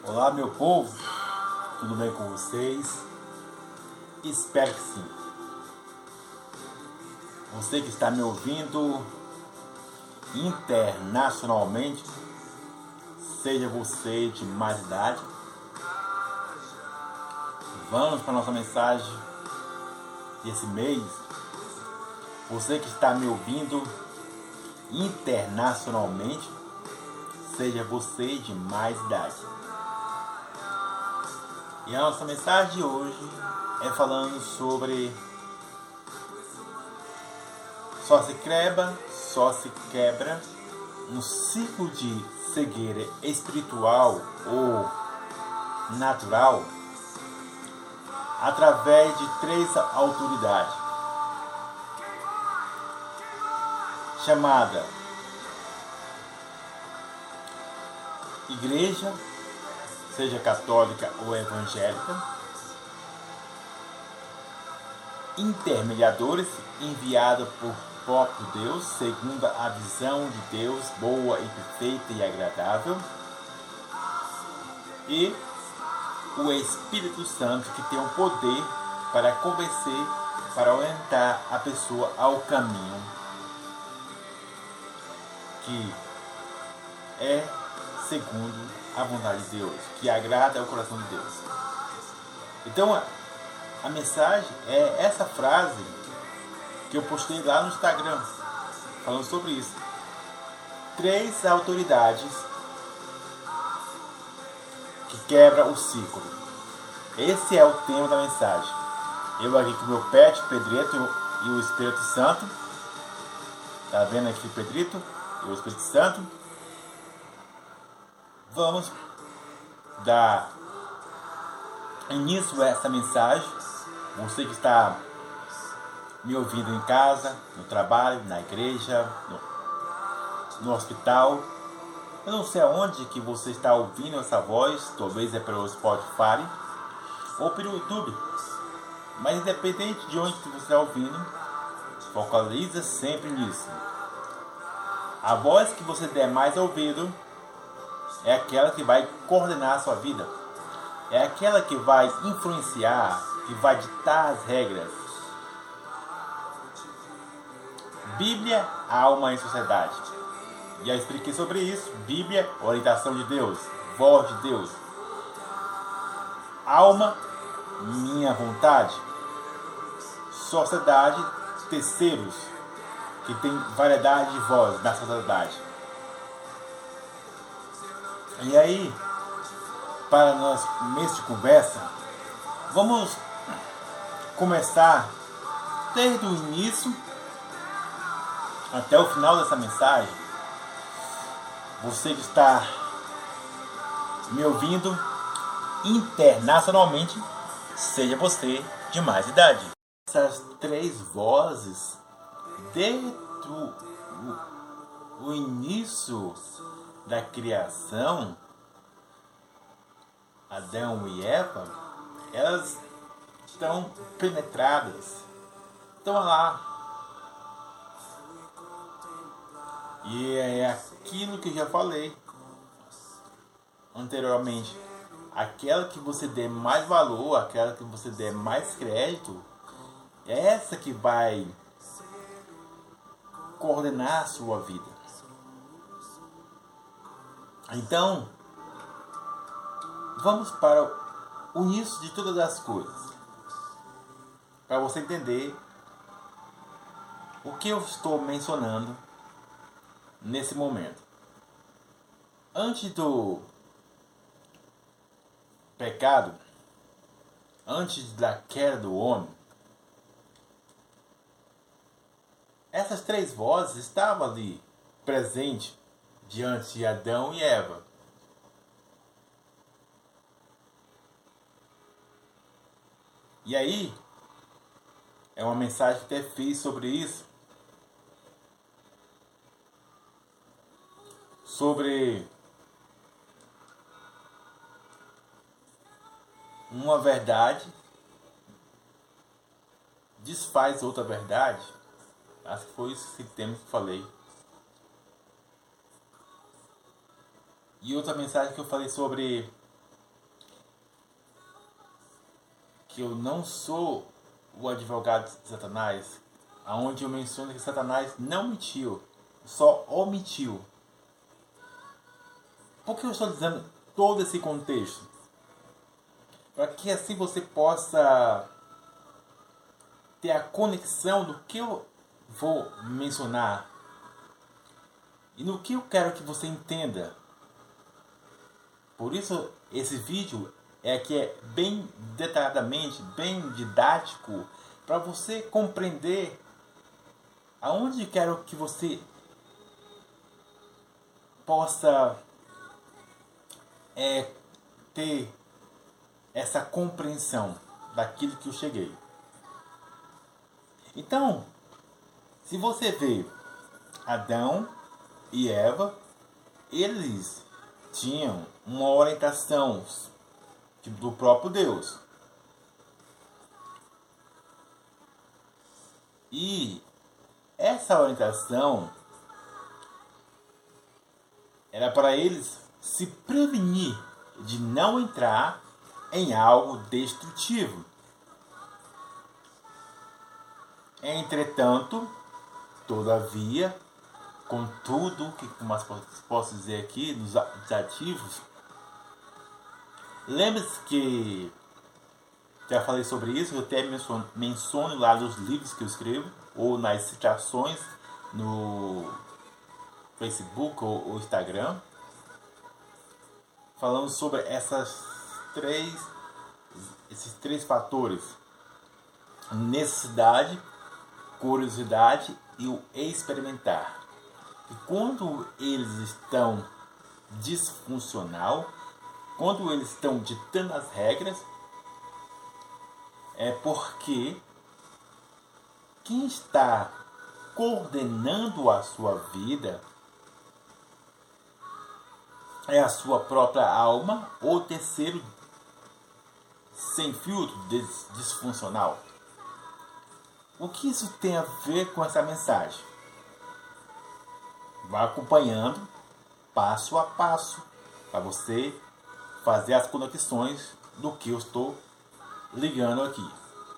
Olá, meu povo, tudo bem com vocês? Espero que sim. Você que está me ouvindo internacionalmente, seja você de mais idade, vamos para a nossa mensagem desse mês. Você que está me ouvindo internacionalmente, seja você de mais idade. E a nossa mensagem de hoje é falando sobre só se quebra um ciclo de cegueira espiritual ou natural através de 3 autoridades, chamada igreja, seja católica ou evangélica, intermediadores enviados por próprio Deus, segundo a visão de Deus, boa e perfeita e agradável, e o Espírito Santo, que tem o poder para convencer, para orientar a pessoa ao caminho que é segundo a vontade de Deus, que agrada ao coração de Deus. Então, a mensagem é essa frase que eu postei lá no Instagram, falando sobre isso. 3 autoridades que quebram o ciclo. Esse é o tema da mensagem. Eu aqui com o meu pet, Pedrito, e o Espírito Santo. Tá vendo aqui o Pedrito e o Espírito Santo? Vamos dar início a essa mensagem. Você que está me ouvindo em casa, no trabalho, na igreja, no hospital. Eu não sei aonde que você está ouvindo essa voz, talvez é pelo Spotify ou pelo YouTube. Mas independente de onde que você está ouvindo, focaliza sempre nisso. A voz que você der mais ouvido é aquela que vai coordenar a sua vida. É aquela que vai influenciar, que vai ditar as regras. Bíblia, alma e sociedade. Já expliquei sobre isso. Bíblia, orientação de Deus, voz de Deus. Alma, minha vontade. Sociedade, terceiros, que tem variedade de vozes na sociedade. E aí, para nosso mês de conversa, vamos começar desde o início até o final dessa mensagem. Você que está me ouvindo internacionalmente, seja você de mais idade. Essas 3 vozes, desde o início da criação, Adão e Eva, elas estão penetradas, estão lá. E é aquilo que eu já falei anteriormente. Aquela que você der mais valor, aquela que você der mais crédito, é essa que vai coordenar a sua vida. Então, vamos para o início de todas as coisas, para você entender o que eu estou mencionando nesse momento. Antes do pecado, antes da queda do homem, essas 3 vozes estavam ali presentes diante de Adão e Eva. E aí, é uma mensagem que até fiz sobre isso. Sobre uma verdade desfaz outra verdade. Acho que foi esse tema que eu falei. E outra mensagem que eu falei sobre que eu não sou o advogado de Satanás, aonde eu menciono que Satanás não mentiu, só omitiu. Por que eu estou dizendo todo esse contexto? Para que assim você possa ter a conexão do que eu vou mencionar e no que eu quero que você entenda. Por isso esse vídeo é bem detalhadamente, bem didático, para você compreender aonde quero que você possa ter essa compreensão daquilo que eu cheguei. Então, se você vê Adão e Eva, eles tinham uma orientação do próprio Deus. E essa orientação era para eles se prevenir de não entrar em algo destrutivo. Entretanto, todavia, contudo, que mais posso dizer aqui nos ativos, lembre-se que já falei sobre isso, eu até menciono lá nos livros que eu escrevo, ou nas citações no Facebook ou Instagram, falando sobre esses três fatores: necessidade, curiosidade e o experimentar. E quando eles estão disfuncional, quando eles estão ditando as regras, é porque quem está coordenando a sua vida é a sua própria alma ou terceiro sem filtro disfuncional. O que isso tem a ver com essa mensagem? Vá acompanhando passo a passo para você fazer as conexões do que eu estou ligando aqui.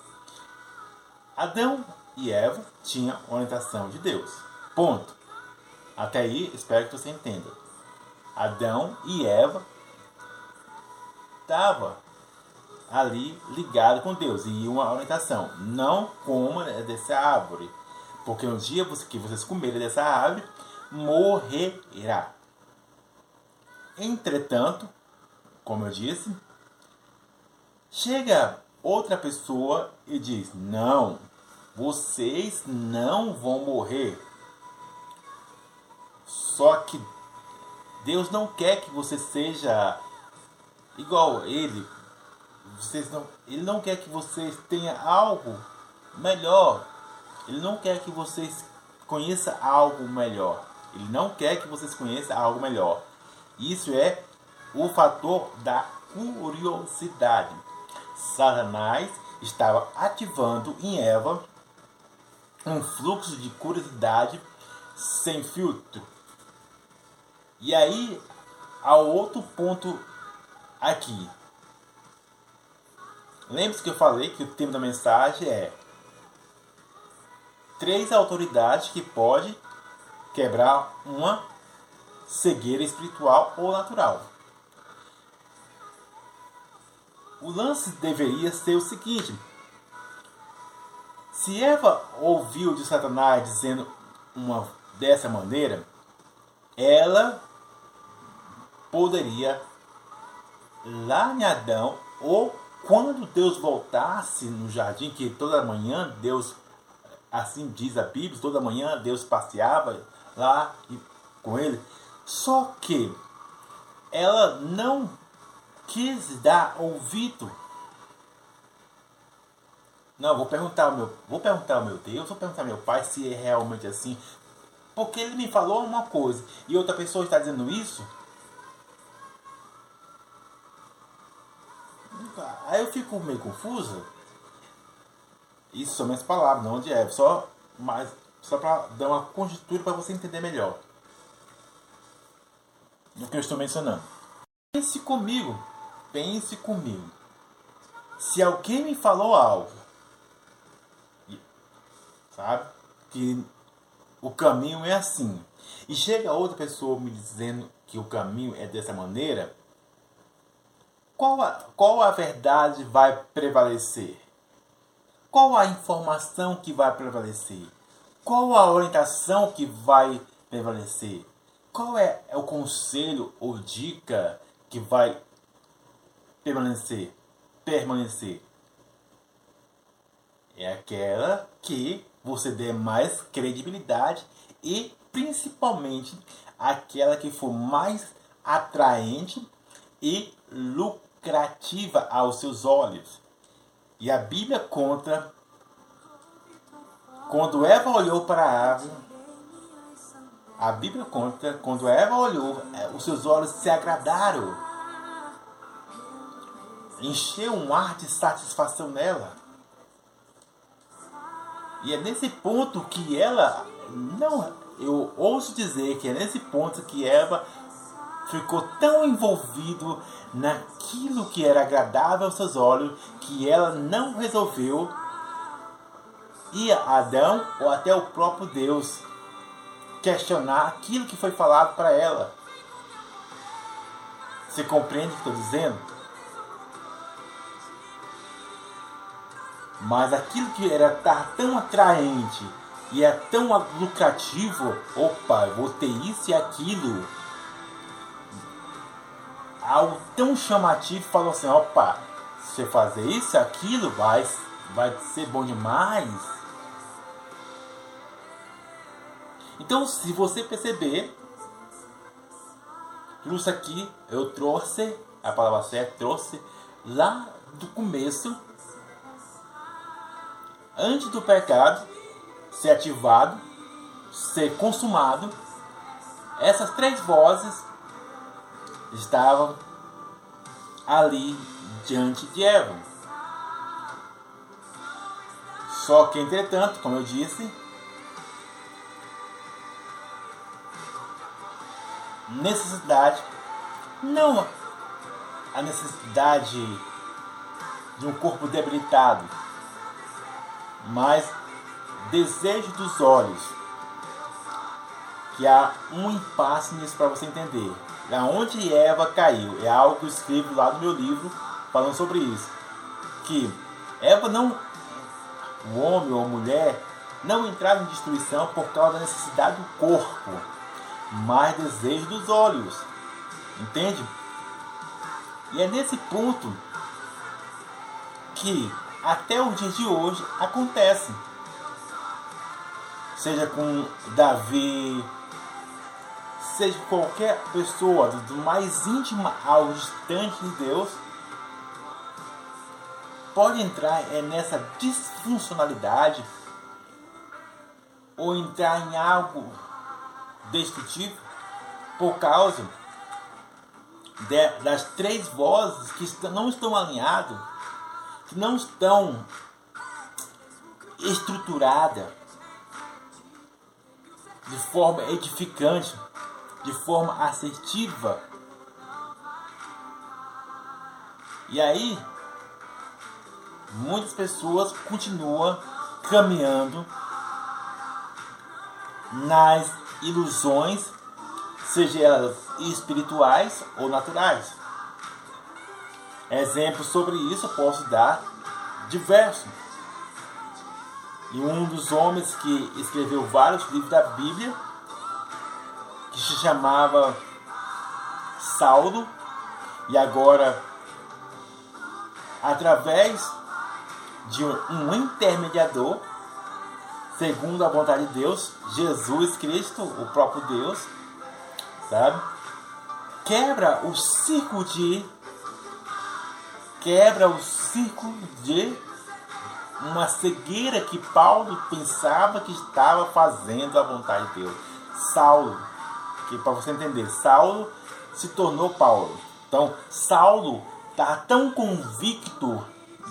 Adão e Eva tinham orientação de Deus. Ponto. Até aí, espero que você entenda. Adão e Eva estavam ali ligados com Deus e uma orientação: não coma dessa árvore, porque um dia que vocês comerem dessa árvore, morrerá. Entretanto, como eu disse, chega outra pessoa e diz: não, vocês não vão morrer. Só que Deus não quer que você seja igual ele. Ele não quer que vocês tenham algo melhor. Ele não quer que vocês conheçam algo melhor. Ele não quer que vocês conheçam algo melhor. Isso é o fator da curiosidade. Satanás estava ativando em Eva um fluxo de curiosidade sem filtro. E aí, há outro ponto aqui. Lembre-se que eu falei que o tema da mensagem é 3 autoridades que podem quebrar uma cegueira espiritual ou natural. O lance deveria ser o seguinte: se Eva ouviu de Satanás dizendo dessa maneira, ela poderia lá em Adão, ou quando Deus voltasse no jardim, que toda manhã Deus, assim diz a Bíblia, toda manhã Deus passeava lá com ele. Só que ela não quis dar ouvido. Não, vou perguntar ao meu Deus, vou perguntar ao meu Pai se é realmente assim. Porque ele me falou uma coisa e outra pessoa está dizendo isso. Aí eu fico meio confuso. Isso são minhas palavras, não de Eva. Só para dar uma conjuntura para você entender melhor do que eu estou mencionando. Pense comigo. Se alguém me falou algo, sabe, que o caminho é assim, e chega outra pessoa me dizendo que o caminho é dessa maneira, qual a verdade vai prevalecer? Qual a informação que vai prevalecer? Qual a orientação que vai prevalecer? Qual é o conselho ou dica que vai permanecer? É aquela que você dê mais credibilidade e principalmente aquela que for mais atraente e lucrativa aos seus olhos. E a Bíblia conta, quando Eva olhou para a árvore, a Bíblia conta, quando Eva olhou, os seus olhos se agradaram. Encheu um ar de satisfação nela. E é nesse ponto que ela, eu ouso dizer que é nesse ponto que Eva ficou tão envolvido naquilo que era agradável aos seus olhos, que ela não resolveu ir a Adão ou até o próprio Deus questionar aquilo que foi falado para ela. Você compreende o que estou dizendo? Mas aquilo que era tão atraente e é tão lucrativo, opa, eu vou ter isso e aquilo, algo tão chamativo, falou assim, opa, se você fazer isso e aquilo, vai ser bom demais. Então, se você perceber, isso aqui eu trouxe, a palavra certa, trouxe lá do começo, antes do pecado ser ativado, ser consumado, essas três vozes estavam ali diante de Eva. Só que, entretanto, como eu disse, necessidade, não a necessidade de um corpo debilitado, mas desejo dos olhos, que há um impasse nisso para você entender. Aonde Eva caiu, é algo que eu escrevo lá no meu livro falando sobre isso, que Eva não, o homem ou a mulher, não entraram em destruição por causa da necessidade do corpo, mas desejo dos olhos, entende? E é nesse ponto que até os dias de hoje acontece, seja com Davi, seja qualquer pessoa, do mais íntima ao distante de Deus, pode entrar nessa disfuncionalidade ou entrar em algo destrutivo por causa das três vozes que não estão alinhadas, que não estão estruturadas de forma edificante, de forma assertiva. E aí, muitas pessoas continuam caminhando nas ilusões, seja elas espirituais ou naturais. Exemplos sobre isso eu posso dar diversos. E um dos homens que escreveu vários livros da Bíblia, que se chamava Saulo, e agora, através de um intermediador, segundo a vontade de Deus, Jesus Cristo, o próprio Deus, sabe? Quebra o círculo de uma cegueira que Paulo pensava que estava fazendo a vontade de Deus. Saulo, que para você entender, Saulo se tornou Paulo. Então, Saulo estava tão convicto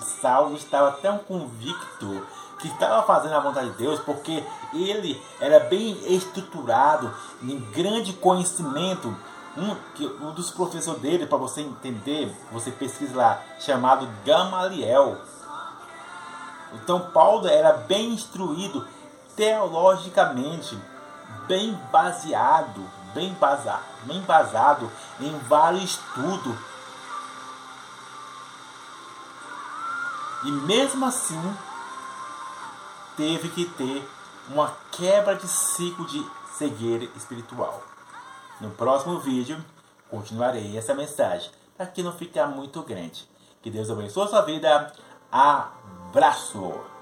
que estava fazendo a vontade de Deus, porque ele era bem estruturado, em grande conhecimento, um dos professores dele, para você entender, você pesquisa lá, chamado Gamaliel. Então Paulo era bem instruído teologicamente, bem embasado em vários estudos. E mesmo assim, teve que ter uma quebra de ciclo de cegueira espiritual. No próximo vídeo, continuarei essa mensagem, para que não fique muito grande. Que Deus abençoe a sua vida. Abraço!